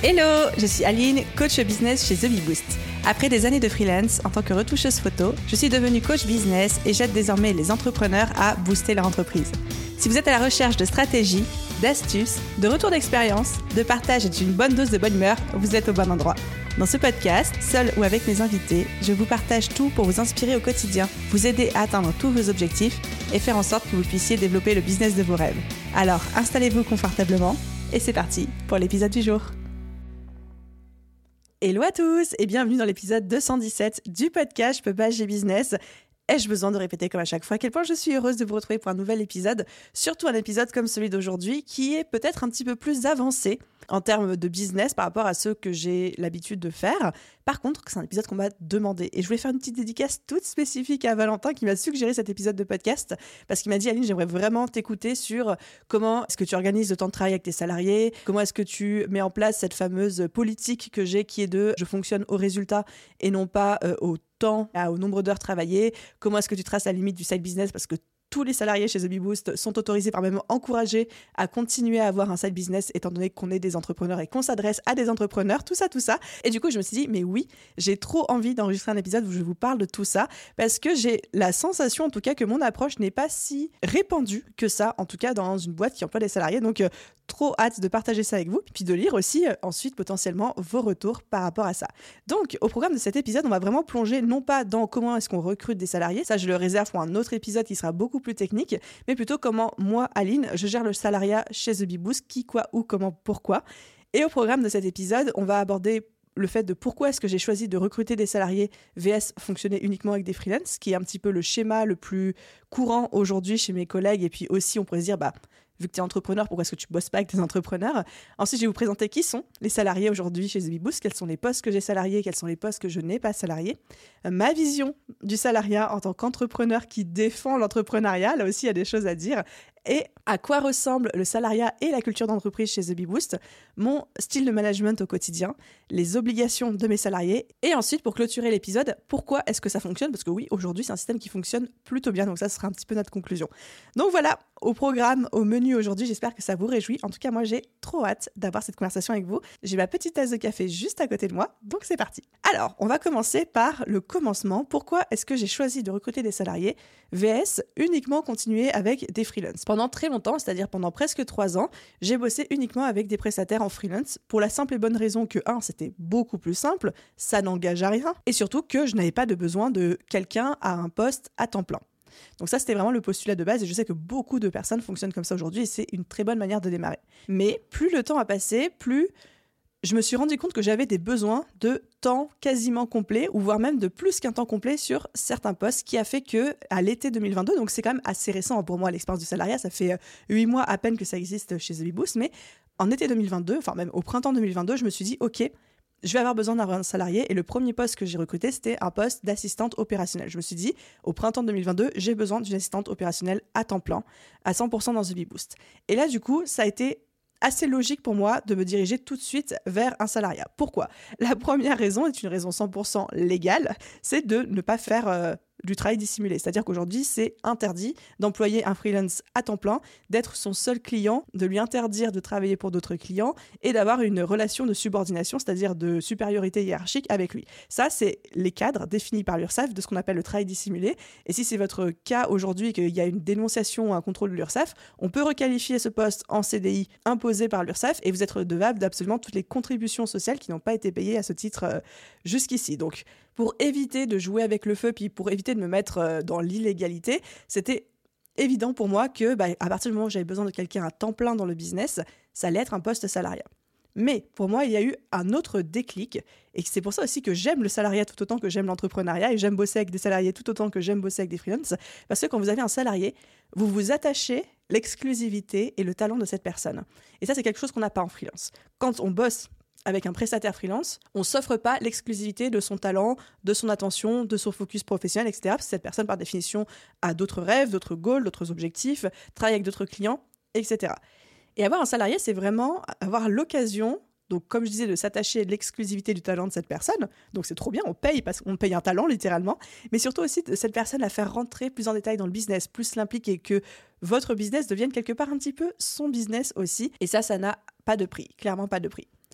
Hello, je suis Aline, coach business chez The Bee Boost. Après des années de freelance en tant que retoucheuse photo, je suis devenue coach business et j'aide désormais les entrepreneurs à booster leur entreprise. Si vous êtes à la recherche de stratégies, d'astuces, de retours d'expérience, de partage et d'une bonne dose de bonne humeur, vous êtes au bon endroit. Dans ce podcast, seul ou avec mes invités, je vous partage tout pour vous inspirer au quotidien, vous aider à atteindre tous vos objectifs et faire en sorte que vous puissiez développer le business de vos rêves. Alors, installez-vous confortablement et c'est parti pour l'épisode du jour. Hello à tous et bienvenue dans l'épisode 217 du podcast Je peux pas, j'ai business. Ai-je besoin de répéter comme à chaque fois à quel point je suis heureuse de vous retrouver pour un nouvel épisode, surtout un épisode comme celui d'aujourd'hui qui est peut-être un petit peu plus avancé en termes de business par rapport à ceux que j'ai l'habitude de faire. Par contre, c'est un épisode qu'on m'a demandé et je voulais faire une petite dédicace toute spécifique à Valentin qui m'a suggéré cet épisode de podcast parce qu'il m'a dit « Aline, j'aimerais vraiment t'écouter sur comment est-ce que tu organises le temps de travail avec tes salariés, comment est-ce que tu mets en place cette fameuse politique que j'ai qui est de je fonctionne au résultat et non pas au temps, au nombre d'heures travaillées, comment est-ce que tu traces la limite du side business parce que tous les salariés chez The Bee Boost sont autorisés, par même encouragés à continuer à avoir un side business étant donné qu'on est des entrepreneurs et qu'on s'adresse à des entrepreneurs, tout ça. Et du coup, je me suis dit, mais oui, j'ai trop envie d'enregistrer un épisode où je vous parle de tout ça parce que j'ai la sensation, en tout cas, que mon approche n'est pas si répandue que ça, en tout cas dans une boîte qui emploie des salariés. Donc, trop hâte de partager ça avec vous, puis de lire aussi ensuite potentiellement vos retours par rapport à ça. Donc, au programme de cet épisode, on va vraiment plonger non pas dans comment est-ce qu'on recrute des salariés, ça je le réserve pour un autre épisode qui sera beaucoup plus technique, mais plutôt comment moi, Aline, je gère le salariat chez The Bee Boost, qui, quoi, où, comment, pourquoi. Et au programme de cet épisode, on va aborder le fait de pourquoi est-ce que j'ai choisi de recruter des salariés vs fonctionner uniquement avec des freelances, qui est un petit peu le schéma le plus courant aujourd'hui chez mes collègues, et puis aussi on pourrait se dire, vu que tu es entrepreneur, pourquoi est-ce que tu bosses pas avec des entrepreneurs ? Ensuite, je vais vous présenter qui sont les salariés aujourd'hui chez The Bee Boost, quels sont les postes que j'ai salariés, quels sont les postes que je n'ai pas salariés, ma vision du salariat en tant qu'entrepreneur qui défend l'entrepreneuriat, là aussi il y a des choses à dire, et à quoi ressemble le salariat et la culture d'entreprise chez The Bee Boost, mon style de management au quotidien, les obligations de mes salariés, et ensuite, pour clôturer l'épisode, pourquoi est-ce que ça fonctionne ? Parce que oui, aujourd'hui, c'est un système qui fonctionne plutôt bien, donc ça sera un petit peu notre conclusion. Donc voilà, au programme, au menu aujourd'hui, j'espère que ça vous réjouit. En tout cas, moi, j'ai trop hâte d'avoir cette conversation avec vous. J'ai ma petite tasse de café juste à côté de moi, donc c'est parti. Alors, on va commencer par le commencement. Pourquoi est-ce que j'ai choisi de recruter des salariés vs uniquement continuer avec des freelances ? Pendant très longtemps, c'est-à-dire pendant presque 3 ans, j'ai bossé uniquement avec des prestataires en freelance pour la simple et bonne raison que, c'était beaucoup plus simple, ça n'engage à rien, et surtout que je n'avais pas de besoin de quelqu'un à un poste à temps plein. Donc ça, c'était vraiment le postulat de base et je sais que beaucoup de personnes fonctionnent comme ça aujourd'hui et c'est une très bonne manière de démarrer. Mais plus le temps a passé, plus je me suis rendu compte que j'avais des besoins de temps quasiment complet ou voire même de plus qu'un temps complet sur certains postes qui a fait que à l'été 2022, donc c'est quand même assez récent pour moi l'expérience du salariat, ça fait 8 mois à peine que ça existe chez The Bee Boost, mais en été 2022, enfin même au printemps 2022, je me suis dit ok, je vais avoir besoin d'avoir un salarié et le premier poste que j'ai recruté, c'était un poste d'assistante opérationnelle. Je me suis dit, au printemps 2022, j'ai besoin d'une assistante opérationnelle à temps plein, à 100% dans The Bee Boost. Et là, du coup, ça a été assez logique pour moi de me diriger tout de suite vers un salariat. Pourquoi ? La première raison est une raison 100% légale, c'est de ne pas faire du travail dissimulé. C'est-à-dire qu'aujourd'hui, c'est interdit d'employer un freelance à temps plein, d'être son seul client, de lui interdire de travailler pour d'autres clients et d'avoir une relation de subordination, c'est-à-dire de supériorité hiérarchique avec lui. Ça, c'est les cadres définis par l'URSSAF de ce qu'on appelle le travail dissimulé. Et si c'est votre cas aujourd'hui et qu'il y a une dénonciation ou un contrôle de l'URSSAF, on peut requalifier ce poste en CDI imposé par l'URSSAF et vous êtes redevable d'absolument toutes les contributions sociales qui n'ont pas été payées à ce titre jusqu'ici. Donc, pour éviter de jouer avec le feu, puis pour éviter de me mettre dans l'illégalité, c'était évident pour moi que à partir du moment où j'avais besoin de quelqu'un à temps plein dans le business, ça allait être un poste salariat. Mais pour moi, il y a eu un autre déclic, et c'est pour ça aussi que j'aime le salariat tout autant que j'aime l'entrepreneuriat, et j'aime bosser avec des salariés tout autant que j'aime bosser avec des freelances, parce que quand vous avez un salarié, vous vous attachez l'exclusivité et le talent de cette personne. Et ça, c'est quelque chose qu'on n'a pas en freelance. Quand on bosse avec un prestataire freelance, on ne s'offre pas l'exclusivité de son talent, de son attention, de son focus professionnel, etc. Parce que cette personne, par définition, a d'autres rêves, d'autres goals, d'autres objectifs, travaille avec d'autres clients, etc. Et avoir un salarié, c'est vraiment avoir l'occasion, donc comme je disais, de s'attacher à l'exclusivité du talent de cette personne. Donc c'est trop bien, on paye parce qu'on paye un talent littéralement, mais surtout aussi de cette personne à faire rentrer plus en détail dans le business, plus l'impliquer, que votre business devienne quelque part un petit peu son business aussi. Et ça n'a pas de prix, clairement pas de prix.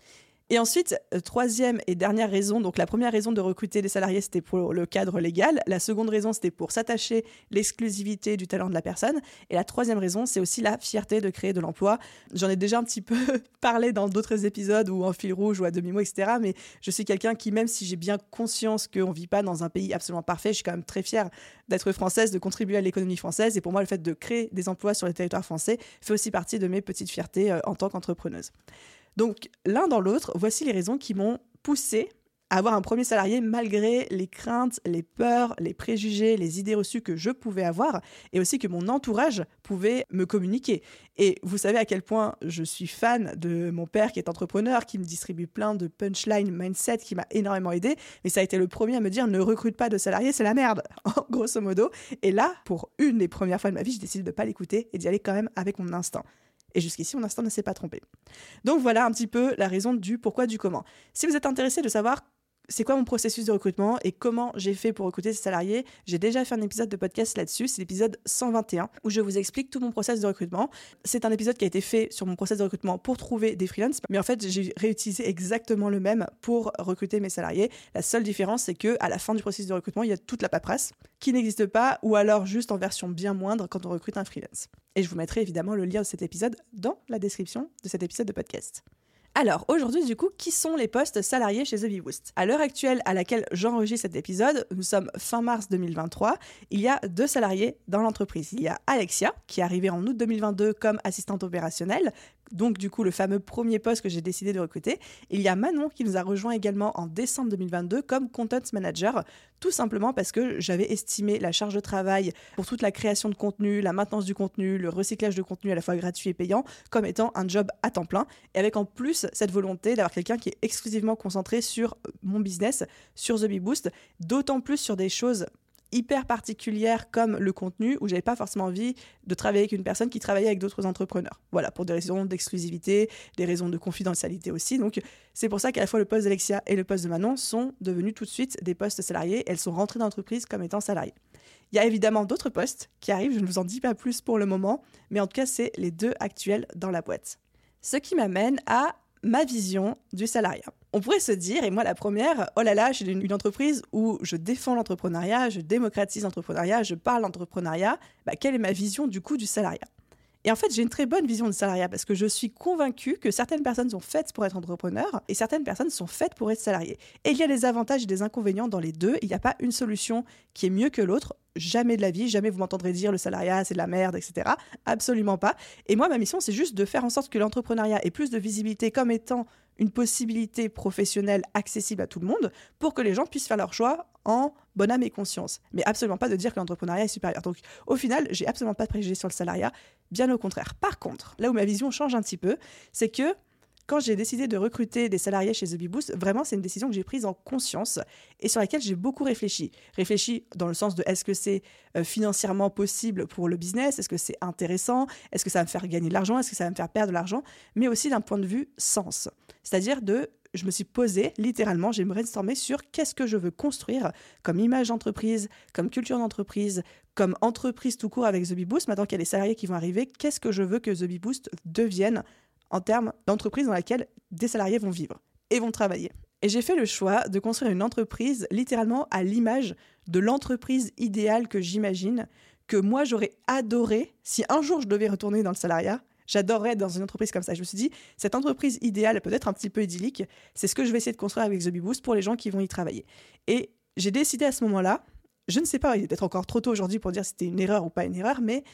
Et ensuite, troisième et dernière raison, donc la première raison de recruter des salariés, c'était pour le cadre légal. La seconde raison, c'était pour s'attacher l'exclusivité du talent de la personne. Et la troisième raison, c'est aussi la fierté de créer de l'emploi. J'en ai déjà un petit peu parlé dans d'autres épisodes ou en fil rouge ou à demi-mot, etc. Mais je suis quelqu'un qui, même si j'ai bien conscience qu'on ne vit pas dans un pays absolument parfait, je suis quand même très fière d'être française, de contribuer à l'économie française. Et pour moi, le fait de créer des emplois sur les territoires français fait aussi partie de mes petites fiertés en tant qu'entrepreneuse. Donc, l'un dans l'autre, voici les raisons qui m'ont poussée à avoir un premier salarié malgré les craintes, les peurs, les préjugés, les idées reçues que je pouvais avoir et aussi que mon entourage pouvait me communiquer. Et vous savez à quel point je suis fan de mon père qui est entrepreneur, qui me distribue plein de punchline mindset, qui m'a énormément aidé. Mais ça a été le premier à me dire ne recrute pas de salariés, c'est la merde, grosso modo. Et là, pour une des premières fois de ma vie, j'ai décidé de ne pas l'écouter et d'y aller quand même avec mon instinct. Et jusqu'ici, mon instinct ne s'est pas trompé. Donc voilà un petit peu la raison du pourquoi, du comment. Si vous êtes intéressé de savoir c'est quoi mon processus de recrutement et comment j'ai fait pour recruter ces salariés, j'ai déjà fait un épisode de podcast là-dessus, c'est l'épisode 121, où je vous explique tout mon process de recrutement. C'est un épisode qui a été fait sur mon process de recrutement pour trouver des freelances, mais en fait, j'ai réutilisé exactement le même pour recruter mes salariés. La seule différence, c'est qu'à la fin du processus de recrutement, il y a toute la paperasse qui n'existe pas, ou alors juste en version bien moindre quand on recrute un freelance. Et je vous mettrai évidemment le lien de cet épisode dans la description de cet épisode de podcast. Alors, aujourd'hui, du coup, qui sont les postes salariés chez The Bee Boost ? À l'heure actuelle à laquelle j'enregistre cet épisode, nous sommes fin mars 2023, il y a 2 salariés dans l'entreprise. Il y a Alexia, qui est arrivée en août 2022 comme assistante opérationnelle, donc du coup le fameux premier poste que j'ai décidé de recruter. Il y a Manon qui nous a rejoint également en décembre 2022 comme content manager, tout simplement parce que j'avais estimé la charge de travail pour toute la création de contenu, la maintenance du contenu, le recyclage de contenu à la fois gratuit et payant comme étant un job à temps plein, et avec en plus cette volonté d'avoir quelqu'un qui est exclusivement concentré sur mon business, sur The Bee Boost, d'autant plus sur des choses hyper particulière comme le contenu où j'avais pas forcément envie de travailler avec une personne qui travaillait avec d'autres entrepreneurs. Voilà, pour des raisons d'exclusivité, des raisons de confidentialité aussi. Donc c'est pour ça qu'à la fois le poste d'Alexia et le poste de Manon sont devenus tout de suite des postes salariés. Elles sont rentrées dans l'entreprise comme étant salariées. Il y a évidemment d'autres postes qui arrivent, je ne vous en dis pas plus pour le moment, mais en tout cas c'est les 2 actuels dans la boîte. Ce qui m'amène à ma vision du salariat. On pourrait se dire, et moi la première, oh là là, j'ai une entreprise où je défends l'entrepreneuriat, je démocratise l'entrepreneuriat, je parle d'entrepreneuriat, quelle est ma vision du coup du salariat ? Et en fait, j'ai une très bonne vision du salariat parce que je suis convaincue que certaines personnes sont faites pour être entrepreneurs et certaines personnes sont faites pour être salariées. Et il y a des avantages et des inconvénients dans les deux. Il n'y a pas une solution qui est mieux que l'autre. Jamais de la vie, jamais vous m'entendrez dire le salariat, c'est de la merde, etc. Absolument pas. Et moi, ma mission, c'est juste de faire en sorte que l'entrepreneuriat ait plus de visibilité comme étant une possibilité professionnelle accessible à tout le monde pour que les gens puissent faire leur choix en bonne âme et conscience. Mais absolument pas de dire que l'entrepreneuriat est supérieur. Donc, au final, j'ai absolument pas de préjugés sur le salariat, bien au contraire. Par contre, là où ma vision change un petit peu, c'est que quand j'ai décidé de recruter des salariés chez The Bee Boost, vraiment, c'est une décision que j'ai prise en conscience et sur laquelle j'ai beaucoup réfléchi. Réfléchi dans le sens de est-ce que c'est financièrement possible pour le business ? Est-ce que c'est intéressant ? Est-ce que ça va me faire gagner de l'argent ? Est-ce que ça va me faire perdre de l'argent ? Mais aussi d'un point de vue sens. C'est-à-dire je me suis posée, littéralement, j'ai brainstormé sur qu'est-ce que je veux construire comme image d'entreprise, comme culture d'entreprise, comme entreprise tout court avec The Bee Boost. Maintenant qu'il y a des salariés qui vont arriver, qu'est-ce que je veux que The Bee Boost devienne en termes d'entreprise dans laquelle des salariés vont vivre et vont travailler. Et j'ai fait le choix de construire une entreprise littéralement à l'image de l'entreprise idéale que j'imagine, que moi j'aurais adoré si un jour je devais retourner dans le salariat. J'adorerais être dans une entreprise comme ça. Je me suis dit, cette entreprise idéale, peut-être un petit peu idyllique, c'est ce que je vais essayer de construire avec The Bee Boost pour les gens qui vont y travailler. Et j'ai décidé à ce moment-là, je ne sais pas, il est peut-être encore trop tôt aujourd'hui pour dire si c'était une erreur ou pas une erreur, mais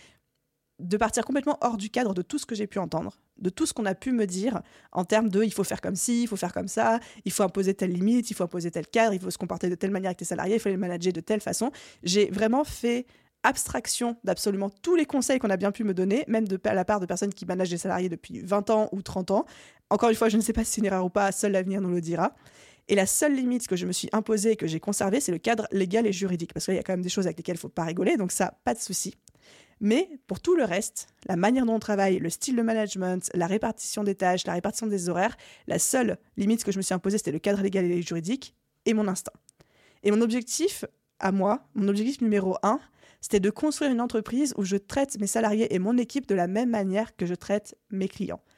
de partir complètement hors du cadre de tout ce que j'ai pu entendre, de tout ce qu'on a pu me dire en termes de il faut faire comme ci, il faut faire comme ça, il faut imposer telle limite, il faut imposer tel cadre, il faut se comporter de telle manière avec tes salariés, il faut les manager de telle façon. J'ai vraiment fait abstraction d'absolument tous les conseils qu'on a bien pu me donner, même à la part de personnes qui managent des salariés depuis 20 ans ou 30 ans. Encore une fois, je ne sais pas si c'est une erreur ou pas, seul l'avenir nous le dira. Et la seule limite que je me suis imposée et que j'ai conservée, c'est le cadre légal et juridique, parce qu'il y a quand même des choses avec lesquelles il ne faut pas rigoler, donc ça, pas de souci. Mais pour tout le reste, la manière dont on travaille, le style de management, la répartition des tâches, la répartition des horaires, la seule limite que je me suis imposée, c'était le cadre légal et juridique et mon instinct. Et mon objectif à moi, mon objectif numéro 1, c'était de construire une entreprise où je traite mes salariés et mon équipe de la même manière que je traite mes clients.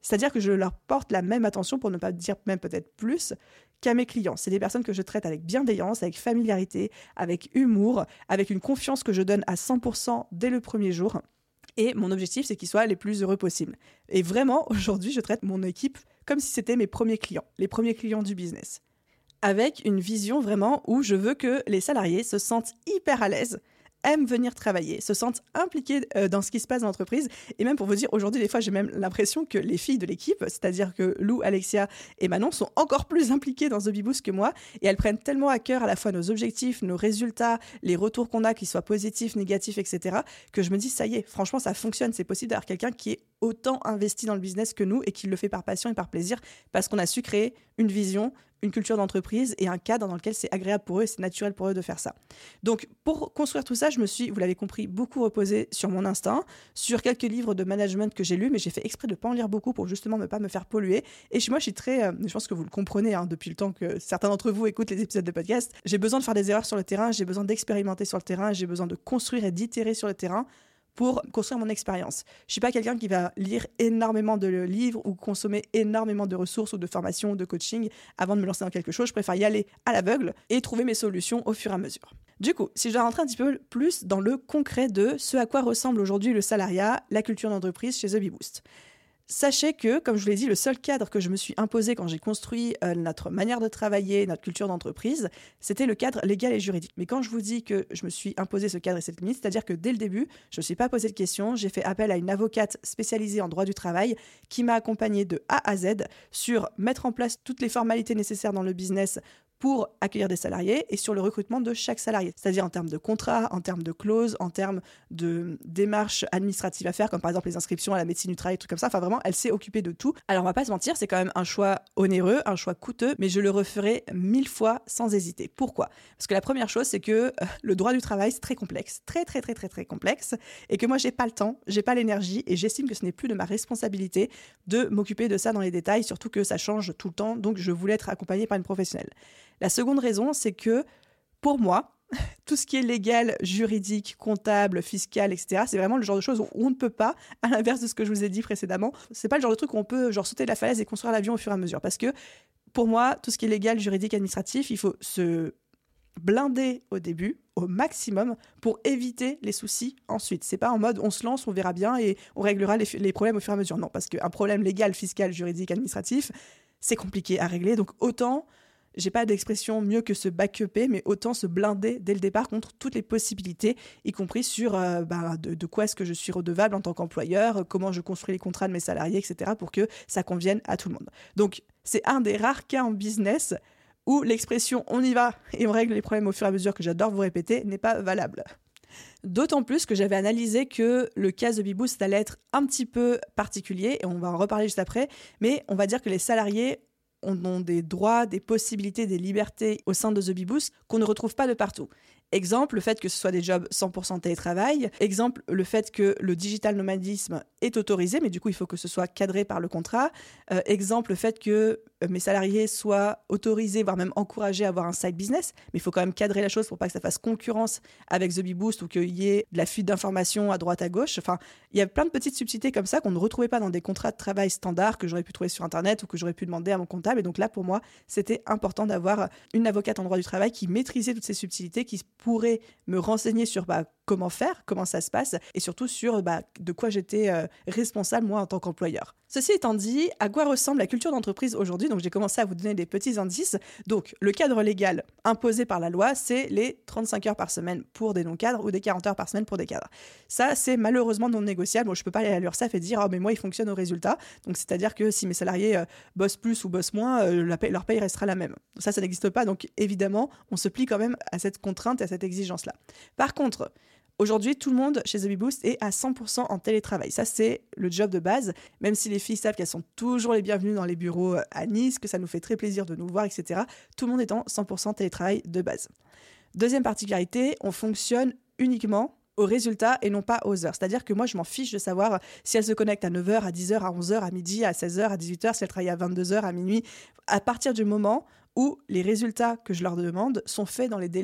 C'est-à-dire que je leur porte la même attention, pour ne pas dire même peut-être plus, qu'à mes clients. C'est des personnes que je traite avec bienveillance, avec familiarité, avec humour, avec une confiance que je donne à 100% dès le premier jour. Et mon objectif, c'est qu'ils soient les plus heureux possibles. Et vraiment, aujourd'hui, je traite mon équipe comme si c'était mes premiers clients, les premiers clients du business. Avec une vision vraiment où je veux que les salariés se sentent hyper à l'aise, aiment venir travailler, se sentent impliqués dans ce qui se passe dans l'entreprise. Et même pour vous dire, aujourd'hui, des fois, j'ai même l'impression que les filles de l'équipe, c'est-à-dire que Lou, Alexia et Manon, sont encore plus impliquées dans The Bee Boost que moi. Et elles prennent tellement à cœur à la fois nos objectifs, nos résultats, les retours qu'on a, qu'ils soient positifs, négatifs, etc., que je me dis, ça y est, franchement, ça fonctionne. C'est possible d'avoir quelqu'un qui est autant investi dans le business que nous et qui le fait par passion et par plaisir parce qu'on a su créer une vision, une culture d'entreprise et un cadre dans lequel c'est agréable pour eux et c'est naturel pour eux de faire ça. Donc, pour construire tout ça, je me suis, vous l'avez compris, beaucoup reposée sur mon instinct, sur quelques livres de management que j'ai lus, mais j'ai fait exprès de ne pas en lire beaucoup pour justement ne pas me faire polluer. Et moi, je suis très, je pense que vous le comprenez depuis le temps que certains d'entre vous écoutent les épisodes de podcast, j'ai besoin de faire des erreurs sur le terrain, j'ai besoin d'expérimenter sur le terrain, j'ai besoin de construire et d'itérer sur le terrain pour construire mon expérience. Je ne suis pas quelqu'un qui va lire énormément de livres ou consommer énormément de ressources ou de formations ou de coaching avant de me lancer dans quelque chose. Je préfère y aller à l'aveugle et trouver mes solutions au fur et à mesure. Du coup, si je dois rentrer un petit peu plus dans le concret de ce à quoi ressemble aujourd'hui le salariat, la culture d'entreprise chez The Bee Boost. Sachez que, comme je vous l'ai dit, le seul cadre que je me suis imposé quand j'ai construit notre manière de travailler, notre culture d'entreprise, c'était le cadre légal et juridique. Mais quand je vous dis que je me suis imposé ce cadre et cette limite, c'est-à-dire que dès le début, je ne me suis pas posé de questions, j'ai fait appel à une avocate spécialisée en droit du travail qui m'a accompagnée de A à Z sur mettre en place toutes les formalités nécessaires dans le business pour accueillir des salariés et sur le recrutement de chaque salarié. C'est-à-dire en termes de contrat, en termes de clauses, en termes de démarches administratives à faire, comme par exemple les inscriptions à la médecine du travail, trucs comme ça. Enfin vraiment, elle s'est occupée de tout. Alors on va pas se mentir, c'est quand même un choix onéreux, un choix coûteux, mais je le referai 1000 fois sans hésiter. Pourquoi ? Parce que la première chose, c'est que le droit du travail, c'est très complexe, très complexe, et que moi j'ai pas le temps, j'ai pas l'énergie, et j'estime que ce n'est plus de ma responsabilité de m'occuper de ça dans les détails, surtout que ça change tout le temps, donc je voulais être accompagnée par une professionnelle. La seconde raison, c'est que pour moi, tout ce qui est légal, juridique, comptable, fiscal, etc., c'est vraiment le genre de choses où on ne peut pas, à l'inverse de ce que je vous ai dit précédemment, c'est pas le genre de truc où on peut sauter de la falaise et construire l'avion au fur et à mesure. Parce que pour moi, tout ce qui est légal, juridique, administratif, il faut se blinder au début, au maximum, pour éviter les soucis ensuite. C'est pas en mode on se lance, on verra bien et on réglera les problèmes au fur et à mesure. Non, parce qu'un problème légal, fiscal, juridique, administratif, c'est compliqué à régler. Donc autant... J'ai pas d'expression mieux que se backuper, mais autant se blinder dès le départ contre toutes les possibilités, y compris sur de quoi est-ce que je suis redevable en tant qu'employeur, comment je construis les contrats de mes salariés, etc., pour que ça convienne à tout le monde. Donc, c'est un des rares cas en business où l'expression « on y va et on règle les problèmes au fur et à mesure » que j'adore vous répéter n'est pas valable. D'autant plus que j'avais analysé que le cas de Bee Boost allait être un petit peu particulier, et on va en reparler juste après, mais on va dire que les salariés ont des droits, des possibilités, des libertés au sein de The Bee Boost qu'on ne retrouve pas de partout. Exemple, le fait que ce soit des jobs 100% télétravail. Exemple, le fait que le digital nomadisme est autorisé, mais du coup, il faut que ce soit cadré par le contrat. Exemple, le fait que mes salariés soient autorisés, voire même encouragés à avoir un side business, mais il faut quand même cadrer la chose pour pas que ça fasse concurrence avec The Bee Boost ou qu'il y ait de la fuite d'informations à droite à gauche. Enfin, il y a plein de petites subtilités comme ça qu'on ne retrouvait pas dans des contrats de travail standards que j'aurais pu trouver sur Internet ou que j'aurais pu demander à mon comptable. Et donc là, pour moi, c'était important d'avoir une avocate en droit du travail qui maîtrisait toutes ces subtilités, qui pourrait me renseigner sur comment faire, comment ça se passe, et surtout sur de quoi j'étais responsable, moi, en tant qu'employeur. Ceci étant dit, à quoi ressemble la culture d'entreprise aujourd'hui ? Donc, j'ai commencé à vous donner des petits indices. Donc, le cadre légal imposé par la loi, c'est les 35 heures par semaine pour des non-cadres ou des 40 heures par semaine pour des cadres. Ça, c'est malheureusement non négociable. Bon, je ne peux pas aller à l'URSSAF et dire « Ah, mais moi, il fonctionne au résultat ». Donc, c'est-à-dire que si mes salariés bossent plus ou bossent moins, leur paye restera la même. Ça n'existe pas. Donc, évidemment, on se plie quand même à cette contrainte et à cette exigence-là. Par contre, aujourd'hui, tout le monde chez The Bee Boost est à 100% en télétravail. Ça, c'est le job de base, même si les filles savent qu'elles sont toujours les bienvenues dans les bureaux à Nice, que ça nous fait très plaisir de nous voir, etc. Tout le monde est en 100% télétravail de base. Deuxième particularité, on fonctionne uniquement aux résultats et non pas aux heures. C'est-à-dire que moi, je m'en fiche de savoir si elle se connecte à 9h, à 10h, à 11h, à midi, à 16h, à 18h, si elle travaille à 22h, à minuit. À partir du moment où les résultats que je leur demande sont faits dans les délais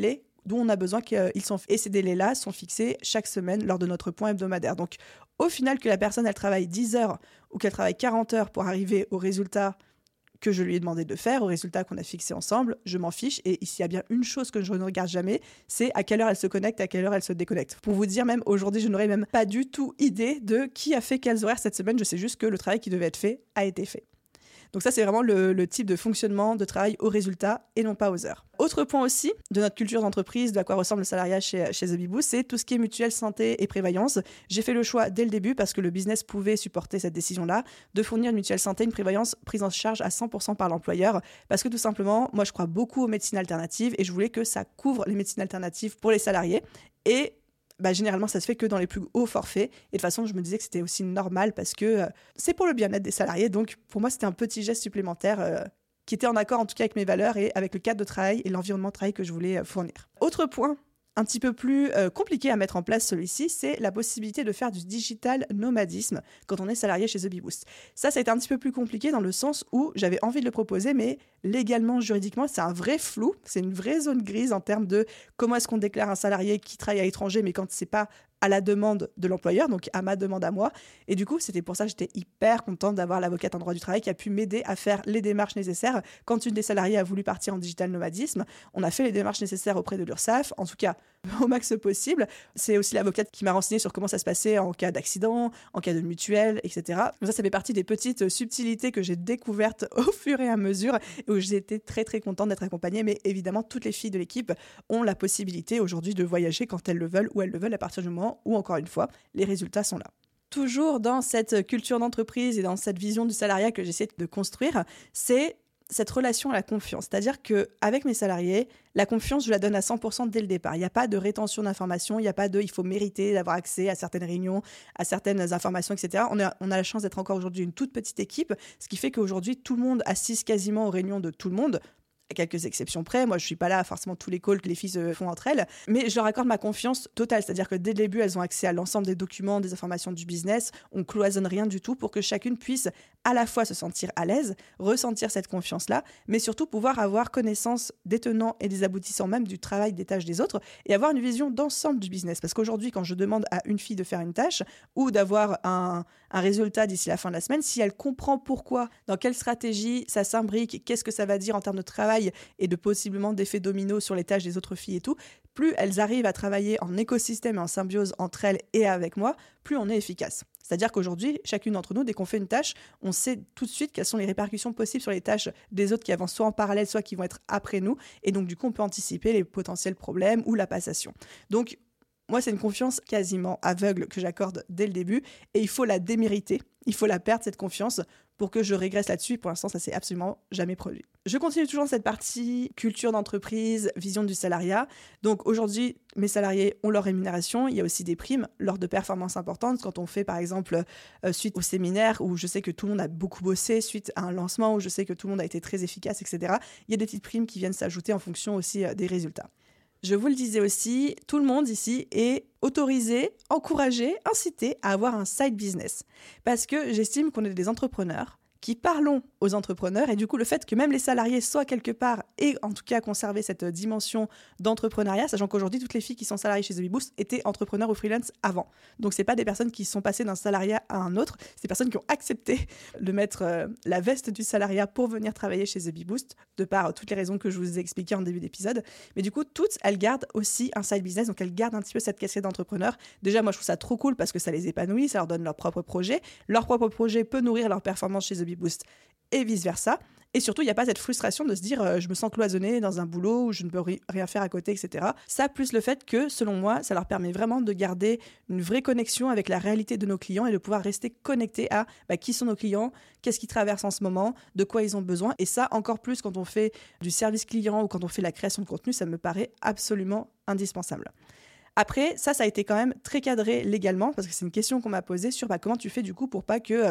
dont on a besoin et ces délais-là sont fixés chaque semaine lors de notre point hebdomadaire. Donc au final, que la personne elle travaille 10 heures ou qu'elle travaille 40 heures pour arriver au résultat que je lui ai demandé de faire, au résultat qu'on a fixé ensemble, je m'en fiche. Et s'il y a bien une chose que je ne regarde jamais, c'est à quelle heure elle se connecte, à quelle heure elle se déconnecte. Pour vous dire, même aujourd'hui, je n'aurais même pas du tout idée de qui a fait quels horaires cette semaine. Je sais juste que le travail qui devait être fait a été fait. Donc ça, c'est vraiment le type de fonctionnement de travail au résultat et non pas aux heures. Autre point aussi de notre culture d'entreprise, de à quoi ressemble le salariat chez The Bee Boost, c'est tout ce qui est mutuelle, santé et prévoyance. J'ai fait le choix dès le début, parce que le business pouvait supporter cette décision-là, de fournir une mutuelle santé, une prévoyance prise en charge à 100% par l'employeur, parce que tout simplement, moi je crois beaucoup aux médecines alternatives et je voulais que ça couvre les médecines alternatives pour les salariés. Et généralement, ça se fait que dans les plus hauts forfaits. Et de toute façon, je me disais que c'était aussi normal parce que c'est pour le bien-être des salariés. Donc, pour moi, c'était un petit geste supplémentaire qui était en accord, en tout cas, avec mes valeurs et avec le cadre de travail et l'environnement de travail que je voulais fournir. Autre point un petit peu plus compliqué à mettre en place, celui-ci, c'est la possibilité de faire du digital nomadisme quand on est salarié chez The Bee Boost. Ça a été un petit peu plus compliqué dans le sens où j'avais envie de le proposer, mais légalement, juridiquement, c'est un vrai flou, c'est une vraie zone grise en termes de comment est-ce qu'on déclare un salarié qui travaille à l'étranger, mais quand c'est pas à la demande de l'employeur, donc à ma demande à moi. Et du coup, c'était pour ça que j'étais hyper contente d'avoir l'avocate en droit du travail qui a pu m'aider à faire les démarches nécessaires. Quand une des salariés a voulu partir en digital nomadisme, on a fait les démarches nécessaires auprès de l'URSSAF, en tout cas au max possible. C'est aussi l'avocate qui m'a renseigné sur comment ça se passait en cas d'accident, en cas de mutuelle, etc. Donc ça fait partie des petites subtilités que j'ai découvertes au fur et à mesure et où j'ai été très très contente d'être accompagnée. Mais évidemment, toutes les filles de l'équipe ont la possibilité aujourd'hui de voyager quand elles le veulent, où elles le veulent, à partir du moment où, encore une fois, les résultats sont là. Toujours dans cette culture d'entreprise et dans cette vision du salariat que j'essaie de construire, c'est cette relation à la confiance. C'est-à-dire qu'avec mes salariés, la confiance, je la donne à 100% dès le départ. Il n'y a pas de rétention d'informations, il n'y a pas de « il faut mériter d'avoir accès à certaines réunions, à certaines informations, etc. » On a la chance d'être encore aujourd'hui une toute petite équipe, ce qui fait qu'aujourd'hui, tout le monde assiste quasiment aux réunions de tout le monde, à quelques exceptions près. Moi, je suis pas là forcément tous les calls que les filles se font entre elles, mais je leur accorde ma confiance totale. C'est-à-dire que dès le début, elles ont accès à l'ensemble des documents, des informations du business. On cloisonne rien du tout pour que chacune puisse à la fois se sentir à l'aise, ressentir cette confiance-là, mais surtout pouvoir avoir connaissance des tenants et des aboutissants même du travail, des tâches des autres et avoir une vision d'ensemble du business. Parce qu'aujourd'hui, quand je demande à une fille de faire une tâche ou d'avoir un résultat d'ici la fin de la semaine, si elle comprend pourquoi, dans quelle stratégie ça s'imbrique, qu'est-ce que ça va dire en termes de travail et de possiblement d'effets dominos sur les tâches des autres filles et tout, plus elles arrivent à travailler en écosystème et en symbiose entre elles et avec moi, plus on est efficace. C'est-à-dire qu'aujourd'hui, chacune d'entre nous, dès qu'on fait une tâche, on sait tout de suite quelles sont les répercussions possibles sur les tâches des autres qui avancent soit en parallèle, soit qui vont être après nous. Et donc, du coup, on peut anticiper les potentiels problèmes ou la passation. Donc, moi, c'est une confiance quasiment aveugle que j'accorde dès le début et il faut la démériter, il faut la perdre, cette confiance, pour que je régresse là-dessus. Pour l'instant, ça s'est absolument jamais produit. Je continue toujours dans cette partie culture d'entreprise, vision du salariat. Donc aujourd'hui, mes salariés ont leur rémunération. Il y a aussi des primes lors de performances importantes. Quand on fait, par exemple, suite au séminaire où je sais que tout le monde a beaucoup bossé, suite à un lancement où je sais que tout le monde a été très efficace, etc. Il y a des petites primes qui viennent s'ajouter en fonction aussi des résultats. Je vous le disais aussi, tout le monde ici est autorisé, encouragé, incité à avoir un side business. Parce que j'estime qu'on est des entrepreneurs qui parlons aux entrepreneurs et du coup le fait que même les salariés soient quelque part et en tout cas conserver cette dimension d'entrepreneuriat, sachant qu'aujourd'hui toutes les filles qui sont salariées chez The Bee Boost étaient entrepreneurs ou freelance avant. Donc c'est pas des personnes qui sont passées d'un salariat à un autre, c'est des personnes qui ont accepté de mettre la veste du salariat pour venir travailler chez The Bee Boost, de par toutes les raisons que je vous ai expliquées en début d'épisode. Mais du coup toutes elles gardent aussi un side business, donc elles gardent un petit peu cette casquette d'entrepreneur. Déjà moi je trouve ça trop cool parce que ça les épanouit, ça leur donne leur propre projet. Leur propre projet peut nourrir leur performance chez The Bee Boost et vice-versa. Et surtout, il n'y a pas cette frustration de se dire je me sens cloisonnée dans un boulot où je ne peux rien faire à côté, etc. Ça, plus le fait que, selon moi, ça leur permet vraiment de garder une vraie connexion avec la réalité de nos clients et de pouvoir rester connectés à qui sont nos clients, qu'est-ce qu'ils traversent en ce moment, de quoi ils ont besoin. Et ça, encore plus quand on fait du service client ou quand on fait la création de contenu, ça me paraît absolument indispensable. Après, ça a été quand même très cadré légalement parce que c'est une question qu'on m'a posée sur comment tu fais du coup pour pas que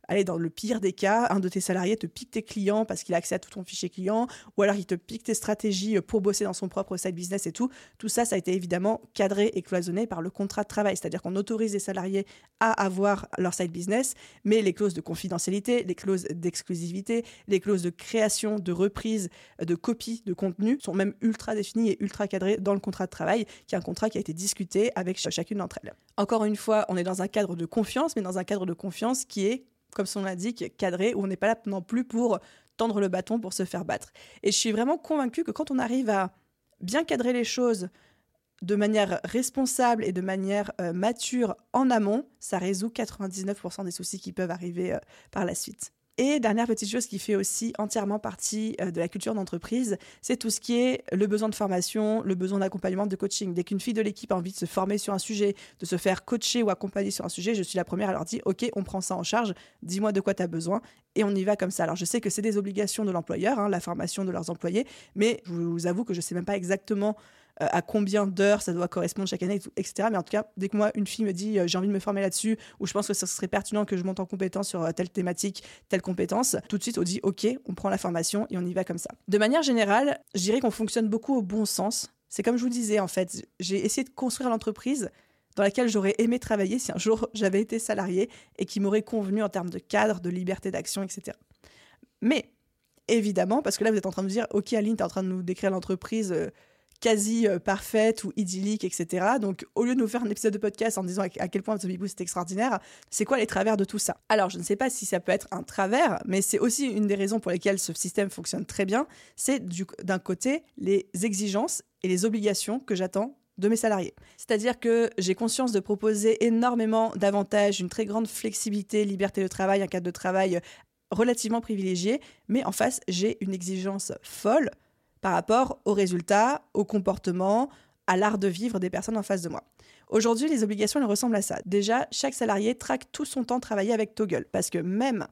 allez, dans le pire des cas, un de tes salariés te pique tes clients parce qu'il a accès à tout ton fichier client, ou alors il te pique tes stratégies pour bosser dans son propre side business et tout. Tout ça, ça a été évidemment cadré et cloisonné par le contrat de travail. C'est-à-dire qu'on autorise les salariés à avoir leur side business, mais les clauses de confidentialité, les clauses d'exclusivité, les clauses de création, de reprise, de copie de contenu sont même ultra définies et ultra cadrées dans le contrat de travail, qui est un contrat qui a été discuté avec chacune d'entre elles. Encore une fois, on est dans un cadre de confiance, mais dans un cadre de confiance qui est, comme son l'indique, cadré, où on n'est pas là non plus pour tendre le bâton pour se faire battre. Et je suis vraiment convaincue que quand on arrive à bien cadrer les choses de manière responsable et de manière mature en amont, ça résout 99% des soucis qui peuvent arriver par la suite. Et dernière petite chose qui fait aussi entièrement partie de la culture d'entreprise, c'est tout ce qui est le besoin de formation, le besoin d'accompagnement, de coaching. Dès qu'une fille de l'équipe a envie de se former sur un sujet, de se faire coacher ou accompagner sur un sujet, je suis la première à leur dire « Ok, on prend ça en charge, dis-moi de quoi tu as besoin » et on y va comme ça. Alors je sais que c'est des obligations de l'employeur, la formation de leurs employés, mais je vous avoue que je ne sais même pas exactement à combien d'heures ça doit correspondre chaque année, etc. Mais en tout cas, dès que moi, une fille me dit j'ai envie de me former là-dessus, ou je pense que ce serait pertinent que je monte en compétence sur telle thématique, telle compétence, tout de suite, on dit ok, on prend la formation et on y va comme ça. De manière générale, je dirais qu'on fonctionne beaucoup au bon sens. C'est comme je vous disais, en fait, j'ai essayé de construire l'entreprise dans laquelle j'aurais aimé travailler si un jour j'avais été salarié et qui m'aurait convenu en termes de cadre, de liberté d'action, etc. Mais, évidemment, parce que là, vous êtes en train de me dire ok, Aline, tu es en train de nous décrire l'entreprise quasi parfaite ou idyllique, etc. Donc, au lieu de nous faire un épisode de podcast en disant à quel point The Big Boost est extraordinaire, c'est quoi les travers de tout ça? Alors, je ne sais pas si ça peut être un travers, mais c'est aussi une des raisons pour lesquelles ce système fonctionne très bien. C'est d'un côté les exigences et les obligations que j'attends de mes salariés. C'est-à-dire que j'ai conscience de proposer énormément d'avantages, une très grande flexibilité, liberté de travail, un cadre de travail relativement privilégié, mais en face, j'ai une exigence folle par rapport aux résultats, au comportement, à l'art de vivre des personnes en face de moi. Aujourd'hui, les obligations, elles ressemblent à ça. Déjà, chaque salarié traque tout son temps travaillé avec Toggle, parce que même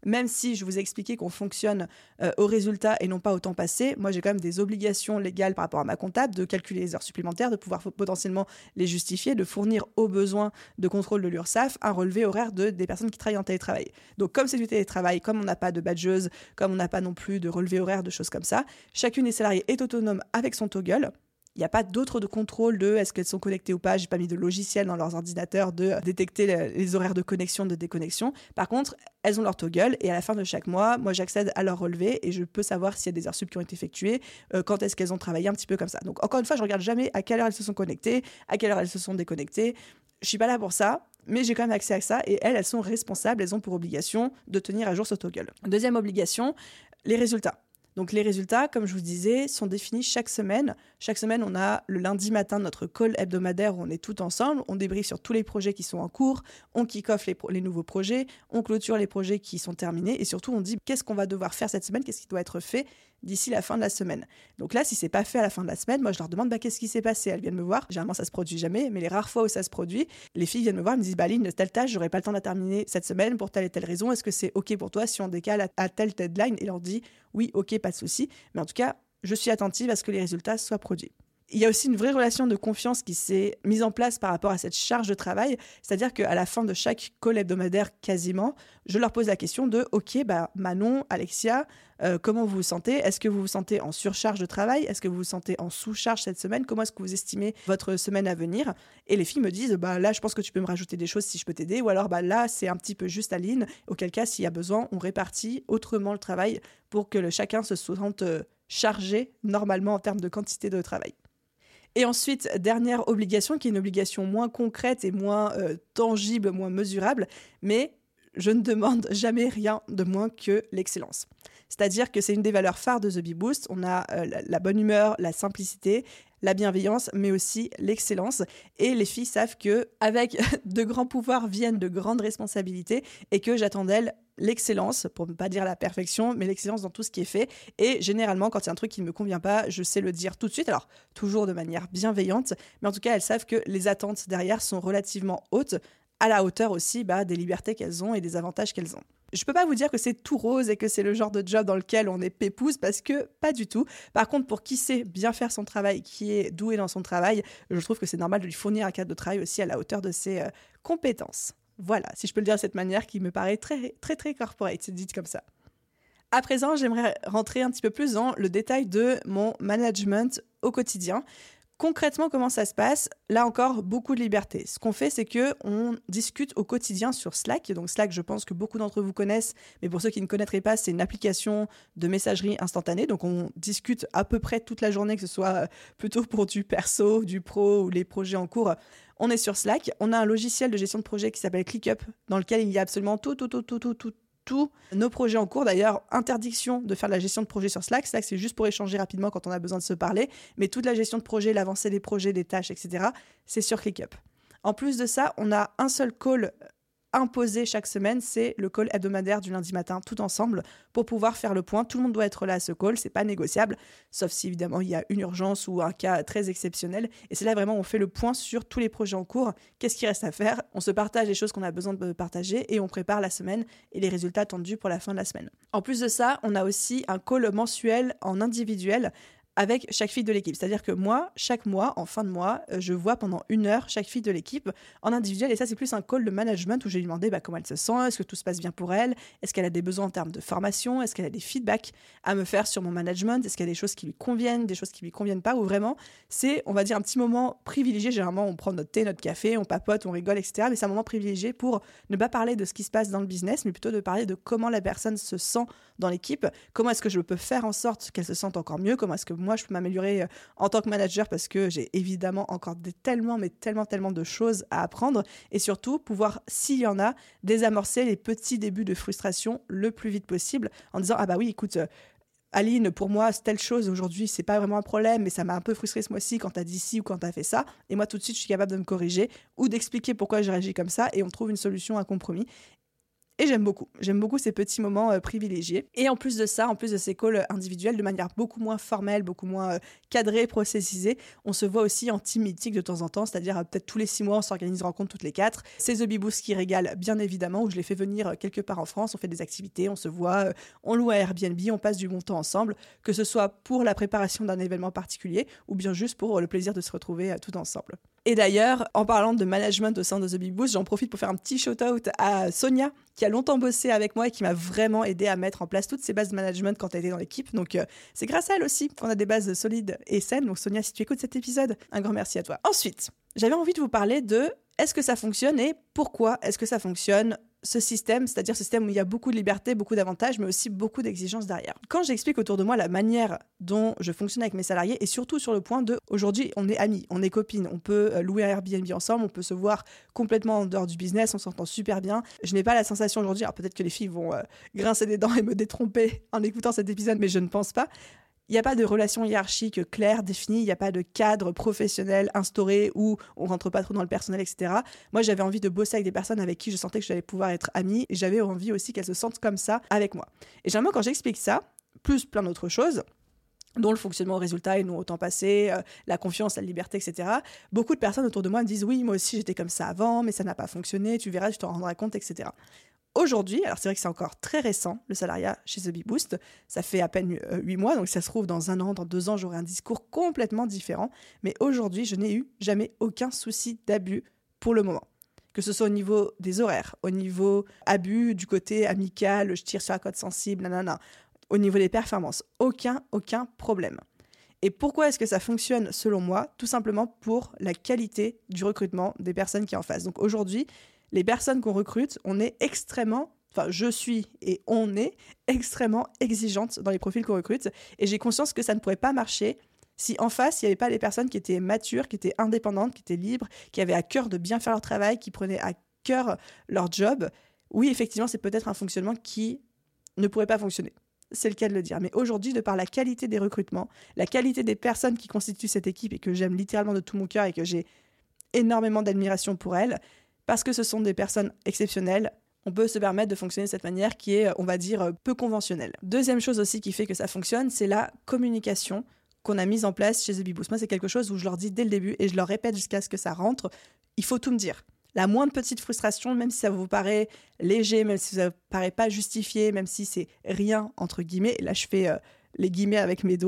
si je vous ai expliqué qu'on fonctionne au résultat et non pas au temps passé, moi j'ai quand même des obligations légales par rapport à ma comptable de calculer les heures supplémentaires, de pouvoir potentiellement les justifier, de fournir aux besoins de contrôle de l'URSSAF un relevé horaire des personnes qui travaillent en télétravail. Donc comme c'est du télétravail, comme on n'a pas de badgeuse, comme on n'a pas non plus de relevé horaire, de choses comme ça, chacune des salariés est autonome avec son Toggle. Il n'y a pas d'autre de contrôle de est-ce qu'elles sont connectées ou pas. J'ai pas mis de logiciel dans leurs ordinateurs de détecter les horaires de connexion, de déconnexion. Par contre, elles ont leur Toggle et à la fin de chaque mois, moi j'accède à leur relevé et je peux savoir s'il y a des heures sup qui ont été effectuées, quand est-ce qu'elles ont travaillé, un petit peu comme ça. Donc encore une fois, je regarde jamais à quelle heure elles se sont connectées, à quelle heure elles se sont déconnectées. Je suis pas là pour ça, mais j'ai quand même accès à ça et elles sont responsables, elles ont pour obligation de tenir à jour ce Toggle. Deuxième obligation, les résultats. Donc les résultats, comme je vous disais, sont définis chaque semaine. Chaque semaine, on a le lundi matin notre call hebdomadaire où on est tout ensemble, on débriefe sur tous les projets qui sont en cours, on kick-off les nouveaux projets, on clôture les projets qui sont terminés et surtout on dit qu'est-ce qu'on va devoir faire cette semaine, qu'est-ce qui doit être fait d'ici la fin de la semaine. Donc là, si c'est pas fait à la fin de la semaine, moi je leur demande qu'est-ce qui s'est passé. Elles viennent me voir, généralement ça se produit jamais, mais les rares fois où ça se produit, les filles viennent me voir et me disent Aline, telle tâche, j'aurais pas le temps de la terminer cette semaine pour telle et telle raison, est-ce que c'est ok pour toi si on décale à telle deadline? Et leur dit oui, ok, pas de souci, mais en tout cas, je suis attentive à ce que les résultats soient produits. Il y a aussi une vraie relation de confiance qui s'est mise en place par rapport à cette charge de travail, c'est-à-dire qu'à la fin de chaque call hebdomadaire quasiment, je leur pose la question de « Ok, Manon, Alexia, comment vous vous sentez? Est-ce que vous vous sentez en surcharge de travail? Est-ce que vous vous sentez en sous-charge cette semaine? Comment est-ce que vous estimez votre semaine à venir ?» Et les filles me disent « Là, je pense que tu peux me rajouter des choses si je peux t'aider. » Ou alors « Là, c'est un petit peu juste Aline. » Auquel cas, s'il y a besoin, on répartit autrement le travail pour que chacun se sente chargé normalement en termes de quantité de travail. Et ensuite, dernière obligation, qui est une obligation moins concrète et moins tangible, moins mesurable, mais je ne demande jamais rien de moins que l'excellence. C'est-à-dire que c'est une des valeurs phares de The Bee Boost. On a la bonne humeur, la simplicité, la bienveillance, mais aussi l'excellence. Et les filles savent qu'avec de grands pouvoirs viennent de grandes responsabilités et que j'attends d'elles l'excellence, pour ne pas dire la perfection, mais l'excellence dans tout ce qui est fait. Et généralement, quand il y a un truc qui ne me convient pas, je sais le dire tout de suite. Alors, toujours de manière bienveillante, mais en tout cas, elles savent que les attentes derrière sont relativement hautes, à la hauteur aussi des libertés qu'elles ont et des avantages qu'elles ont. Je peux pas vous dire que c'est tout rose et que c'est le genre de job dans lequel on est pépouze, parce que pas du tout. Par contre, pour qui sait bien faire son travail, qui est doué dans son travail, je trouve que c'est normal de lui fournir un cadre de travail aussi à la hauteur de ses compétences. Voilà, si je peux le dire de cette manière qui me paraît très, très, très corporate, c'est dit comme ça. À présent, j'aimerais rentrer un petit peu plus dans le détail de mon management au quotidien. Concrètement, comment ça se passe ? Là encore, beaucoup de liberté. Ce qu'on fait, c'est qu'on discute au quotidien sur Slack. Donc Slack, je pense que beaucoup d'entre vous connaissent, mais pour ceux qui ne connaîtraient pas, c'est une application de messagerie instantanée. Donc on discute à peu près toute la journée, que ce soit plutôt pour du perso, du pro ou les projets en cours. On est sur Slack. On a un logiciel de gestion de projet qui s'appelle ClickUp, dans lequel il y a absolument tous nos projets en cours. D'ailleurs, interdiction de faire de la gestion de projet sur Slack. Slack, c'est juste pour échanger rapidement quand on a besoin de se parler. Mais toute la gestion de projet, l'avancée des projets, des tâches, etc., c'est sur ClickUp. En plus de ça, on a un seul call imposé chaque semaine, c'est le call hebdomadaire du lundi matin, tout ensemble, pour pouvoir faire le point. Tout le monde doit être là à ce call, c'est pas négociable, sauf si évidemment il y a une urgence ou un cas très exceptionnel. Et c'est là vraiment où on fait le point sur tous les projets en cours, qu'est-ce qu'il reste à faire, on se partage les choses qu'on a besoin de partager et on prépare la semaine et les résultats attendus pour la fin de la semaine. En plus de ça, on a aussi un call mensuel en individuel avec chaque fille de l'équipe. C'est-à-dire que moi, chaque mois, en fin de mois, je vois pendant 1 heure chaque fille de l'équipe en individuel. Et ça, c'est plus un call de management où je vais lui demander comment elle se sent, est-ce que tout se passe bien pour elle, est-ce qu'elle a des besoins en termes de formation, est-ce qu'elle a des feedbacks à me faire sur mon management, est-ce qu'il y a des choses qui lui conviennent, des choses qui lui conviennent pas, ou vraiment, c'est, on va dire, un petit moment privilégié. Généralement, on prend notre thé, notre café, on papote, on rigole, etc. Mais c'est un moment privilégié pour ne pas parler de ce qui se passe dans le business, mais plutôt de parler de comment la personne se sent dans l'équipe, comment est-ce que je peux faire en sorte qu'elle se sente encore mieux, comment est-ce que moi je peux m'améliorer en tant que manager, parce que j'ai évidemment encore tellement de choses à apprendre, et surtout pouvoir, s'il y en a, désamorcer les petits débuts de frustration le plus vite possible en disant ah bah oui écoute Aline, pour moi, telle chose aujourd'hui, c'est pas vraiment un problème, mais ça m'a un peu frustré ce mois-ci quand t'as dit ci ou quand t'as fait ça. Et moi, tout de suite, je suis capable de me corriger ou d'expliquer pourquoi j'ai réagi comme ça et on trouve une solution, un compromis. Et j'aime beaucoup ces petits moments privilégiés. Et en plus de ça, en plus de ces calls individuels, de manière beaucoup moins formelle, beaucoup moins cadrée, processisée, on se voit aussi en team meeting de temps en temps, c'est-à-dire peut-être tous les 6 mois, on s'organise une rencontre toutes les 4. C'est The Bee Boost qui régale, bien évidemment, où je les fais venir quelque part en France, on fait des activités, on se voit, on loue à Airbnb, on passe du bon temps ensemble, que ce soit pour la préparation d'un événement particulier ou bien juste pour le plaisir de se retrouver tout ensemble. Et d'ailleurs, en parlant de management au sein de The Bee Boost, j'en profite pour faire un petit shout-out à Sonia, qui a longtemps bossé avec moi et qui m'a vraiment aidé à mettre en place toutes ces bases de management quand elle était dans l'équipe. Donc, c'est grâce à elle aussi qu'on a des bases solides et saines. Donc, Sonia, si tu écoutes cet épisode, un grand merci à toi. Ensuite, j'avais envie de vous parler de est-ce que ça fonctionne et pourquoi est-ce que ça fonctionne ce système, c'est-à-dire ce système où il y a beaucoup de liberté, beaucoup d'avantages, mais aussi beaucoup d'exigences derrière. Quand j'explique autour de moi la manière dont je fonctionne avec mes salariés, et surtout sur le point de, aujourd'hui, on est amis, on est copines, on peut louer un Airbnb ensemble, on peut se voir complètement en dehors du business, on s'entend super bien. Je n'ai pas la sensation aujourd'hui, alors peut-être que les filles vont grincer des dents et me détromper en écoutant cet épisode, mais je ne pense pas. Il n'y a pas de relation hiérarchique claire, définie, il n'y a pas de cadre professionnel instauré où on rentre pas trop dans le personnel, etc. Moi, j'avais envie de bosser avec des personnes avec qui je sentais que j'allais pouvoir être amie et j'avais envie aussi qu'elles se sentent comme ça avec moi. Et généralement, quand j'explique ça, plus plein d'autres choses, dont le fonctionnement au résultat et non au temps passé, la confiance, la liberté, etc. Beaucoup de personnes autour de moi me disent « Oui, moi aussi, j'étais comme ça avant, mais ça n'a pas fonctionné, tu verras, tu t'en rendras compte, etc. » Aujourd'hui, alors c'est vrai que c'est encore très récent, le salariat chez The Bee Boost, ça fait à peine 8 mois, donc ça se trouve dans 1 an, dans 2 ans, j'aurai un discours complètement différent. Mais aujourd'hui, je n'ai eu jamais aucun souci d'abus pour le moment. Que ce soit au niveau des horaires, au niveau abus du côté amical, je tire sur la corde sensible, nanana, au niveau des performances, aucun problème. Et pourquoi est-ce que ça fonctionne selon moi ? Tout simplement pour la qualité du recrutement des personnes qui en face. Donc aujourd'hui, les personnes qu'on recrute, je suis et on est extrêmement exigeante dans les profils qu'on recrute. Et j'ai conscience que ça ne pourrait pas marcher si en face, il n'y avait pas les personnes qui étaient matures, qui étaient indépendantes, qui étaient libres, qui avaient à cœur de bien faire leur travail, qui prenaient à cœur leur job. Oui, effectivement, c'est peut-être un fonctionnement qui ne pourrait pas fonctionner. C'est le cas de le dire. Mais aujourd'hui, de par la qualité des recrutements, la qualité des personnes qui constituent cette équipe et que j'aime littéralement de tout mon cœur et que j'ai énormément d'admiration pour elles, parce que ce sont des personnes exceptionnelles, on peut se permettre de fonctionner de cette manière qui est, on va dire, peu conventionnelle. Deuxième chose aussi qui fait que ça fonctionne, c'est la communication qu'on a mise en place chez The Bee Boost. Moi, c'est quelque chose où je leur dis dès le début et je leur répète jusqu'à ce que ça rentre, il faut tout me dire. La moindre petite frustration, même si ça vous paraît léger, même si ça vous paraît pas justifié, même si c'est rien, entre guillemets, et là je fais les guillemets avec mes doigts,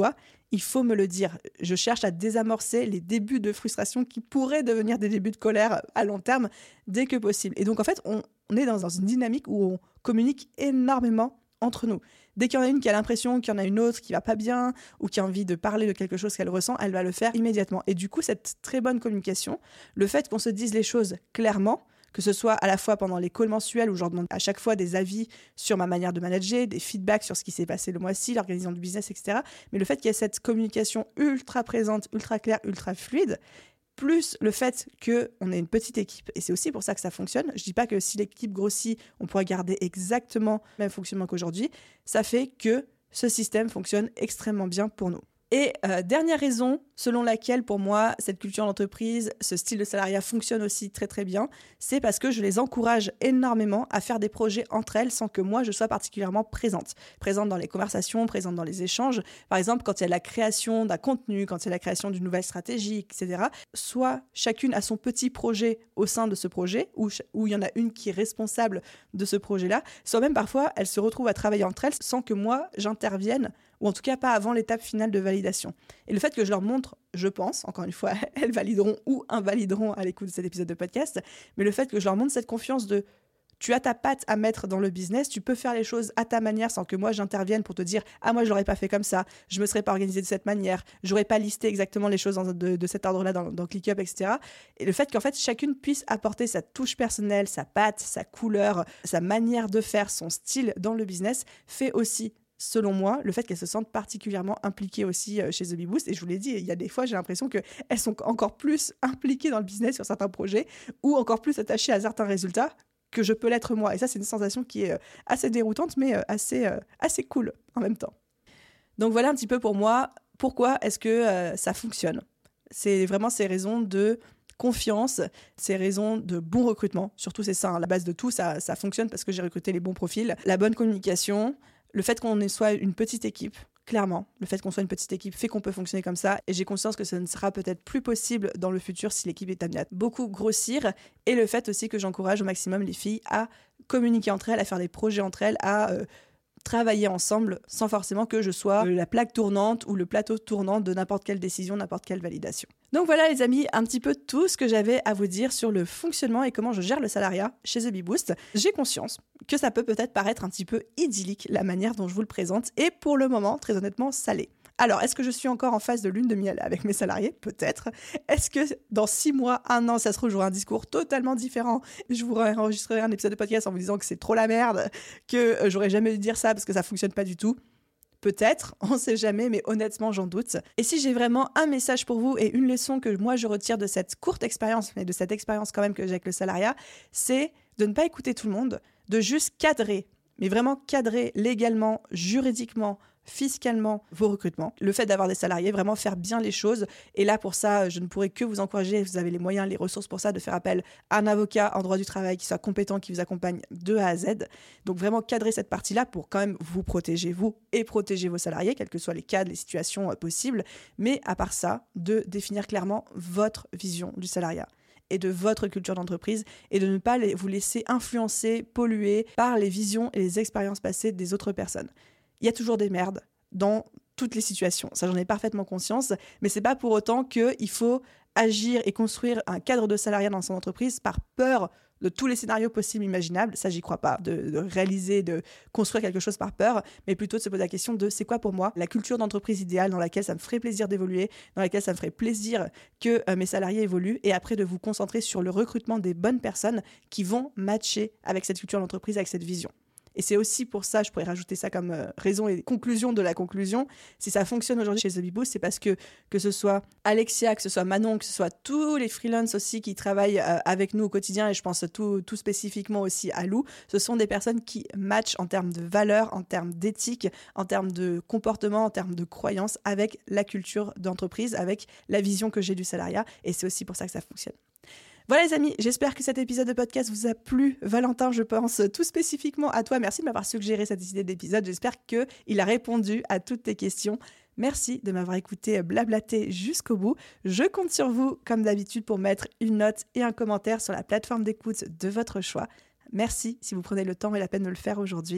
il faut me le dire. Je cherche à désamorcer les débuts de frustration qui pourraient devenir des débuts de colère à long terme dès que possible. Et donc, en fait, on est dans une dynamique où on communique énormément entre nous. Dès qu'il y en a une qui a l'impression qu'il y en a une autre qui va pas bien ou qui a envie de parler de quelque chose qu'elle ressent, elle va le faire immédiatement. Et du coup, cette très bonne communication, le fait qu'on se dise les choses clairement, que ce soit à la fois pendant les calls mensuels où je leur demande à chaque fois des avis sur ma manière de manager, des feedbacks sur ce qui s'est passé le mois-ci, l'organisation du business, etc. Mais le fait qu'il y ait cette communication ultra présente, ultra claire, ultra fluide, plus le fait qu'on est une petite équipe. Et c'est aussi pour ça que ça fonctionne. Je ne dis pas que si l'équipe grossit, on pourra garder exactement le même fonctionnement qu'aujourd'hui. Ça fait que ce système fonctionne extrêmement bien pour nous. Et dernière raison, selon laquelle pour moi, cette culture d'entreprise, ce style de salariat fonctionne aussi très très bien, c'est parce que je les encourage énormément à faire des projets entre elles sans que moi je sois particulièrement présente. Présente dans les conversations, présente dans les échanges. Par exemple, quand il y a la création d'un contenu, quand il y a la création d'une nouvelle stratégie, etc. Soit chacune a son petit projet au sein de ce projet, où il y en a une qui est responsable de ce projet-là, soit même parfois elles se retrouvent à travailler entre elles sans que moi j'intervienne, ou en tout cas pas avant l'étape finale de validation. Et le fait que je leur montre, je pense, encore une fois, elles valideront ou invalideront à l'écoute de cet épisode de podcast, mais le fait que je leur montre cette confiance de tu as ta patte à mettre dans le business, tu peux faire les choses à ta manière sans que moi j'intervienne pour te dire « Ah, moi je l'aurais pas fait comme ça, je me serais pas organisée de cette manière, j'aurais pas listé exactement les choses de cet ordre-là dans ClickUp, etc. » Et le fait qu'en fait chacune puisse apporter sa touche personnelle, sa patte, sa couleur, sa manière de faire, son style dans le business fait aussi, selon moi, le fait qu'elles se sentent particulièrement impliquées aussi chez The Bee Boost. Et je vous l'ai dit, il y a des fois, j'ai l'impression qu'elles sont encore plus impliquées dans le business sur certains projets ou encore plus attachées à certains résultats que je peux l'être moi. Et ça, c'est une sensation qui est assez déroutante, mais assez cool en même temps. Donc voilà un petit peu pour moi, pourquoi est-ce que ça fonctionne. C'est vraiment ces raisons de confiance, ces raisons de bon recrutement. Surtout, c'est ça, hein, la base de tout, ça fonctionne parce que j'ai recruté les bons profils. La bonne communication, le fait qu'on soit une petite équipe, clairement, le fait qu'on soit une petite équipe fait qu'on peut fonctionner comme ça. Et j'ai conscience que ça ne sera peut-être plus possible dans le futur si l'équipe est amenée à beaucoup grossir. Et le fait aussi que j'encourage au maximum les filles à communiquer entre elles, à faire des projets entre elles, à travailler ensemble sans forcément que je sois la plaque tournante ou le plateau tournant de n'importe quelle décision, n'importe quelle validation. Donc voilà les amis, un petit peu tout ce que j'avais à vous dire sur le fonctionnement et comment je gère le salariat chez The Bee Boost. J'ai conscience que ça peut peut-être paraître un petit peu idyllique la manière dont je vous le présente et pour le moment, très honnêtement, ça l'est. Alors, est-ce que je suis encore en phase de lune de miel avec mes salariés ? Peut-être. Est-ce que dans 6 mois, 1 an, ça se trouve, j'aurai un discours totalement différent ? Je vous enregistrerai un épisode de podcast en vous disant que c'est trop la merde, que j'aurais jamais dû dire ça parce que ça fonctionne pas du tout. Peut-être, on sait jamais, mais honnêtement, j'en doute. Et si j'ai vraiment un message pour vous et une leçon que moi je retire de cette courte expérience, mais de cette expérience quand même que j'ai avec le salariat, c'est de ne pas écouter tout le monde, de juste cadrer, mais vraiment cadrer légalement, juridiquement, fiscalement vos recrutements. Le fait d'avoir des salariés, vraiment faire bien les choses. Et là, pour ça, je ne pourrais que vous encourager, vous avez les moyens, les ressources pour ça, de faire appel à un avocat en droit du travail qui soit compétent, qui vous accompagne de A à Z. Donc vraiment cadrer cette partie-là pour quand même vous protéger, vous, et protéger vos salariés, quels que soient les cadres, les situations possibles. Mais à part ça, de définir clairement votre vision du salariat et de votre culture d'entreprise et de ne pas vous laisser influencer, polluer par les visions et les expériences passées des autres personnes. Il y a toujours des merdes dans toutes les situations. Ça, j'en ai parfaitement conscience, mais c'est pas pour autant qu'il faut agir et construire un cadre de salariat dans son entreprise par peur de tous les scénarios possibles imaginables. Ça, j'y crois pas, de réaliser, de construire quelque chose par peur, mais plutôt de se poser la question de c'est quoi pour moi la culture d'entreprise idéale dans laquelle ça me ferait plaisir d'évoluer, dans laquelle ça me ferait plaisir que mes salariés évoluent, et après de vous concentrer sur le recrutement des bonnes personnes qui vont matcher avec cette culture d'entreprise, avec cette vision. Et c'est aussi pour ça, je pourrais rajouter ça comme raison et conclusion de la conclusion. Si ça fonctionne aujourd'hui chez The Bee Boost, c'est parce que ce soit Alexia, que ce soit Manon, que ce soit tous les freelances aussi qui travaillent avec nous au quotidien, et je pense tout spécifiquement aussi à Lou, ce sont des personnes qui matchent en termes de valeurs, en termes d'éthique, en termes de comportement, en termes de croyances avec la culture d'entreprise, avec la vision que j'ai du salariat. Et c'est aussi pour ça que ça fonctionne. Voilà les amis, j'espère que cet épisode de podcast vous a plu. Valentin, je pense tout spécifiquement à toi. Merci de m'avoir suggéré cette idée d'épisode. J'espère qu'il a répondu à toutes tes questions. Merci de m'avoir écouté blablater jusqu'au bout. Je compte sur vous, comme d'habitude, pour mettre une note et un commentaire sur la plateforme d'écoute de votre choix. Merci si vous prenez le temps et la peine de le faire aujourd'hui.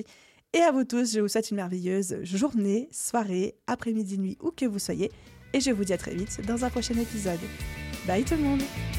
Et à vous tous, je vous souhaite une merveilleuse journée, soirée, après-midi, nuit, où que vous soyez. Et je vous dis à très vite dans un prochain épisode. Bye tout le monde!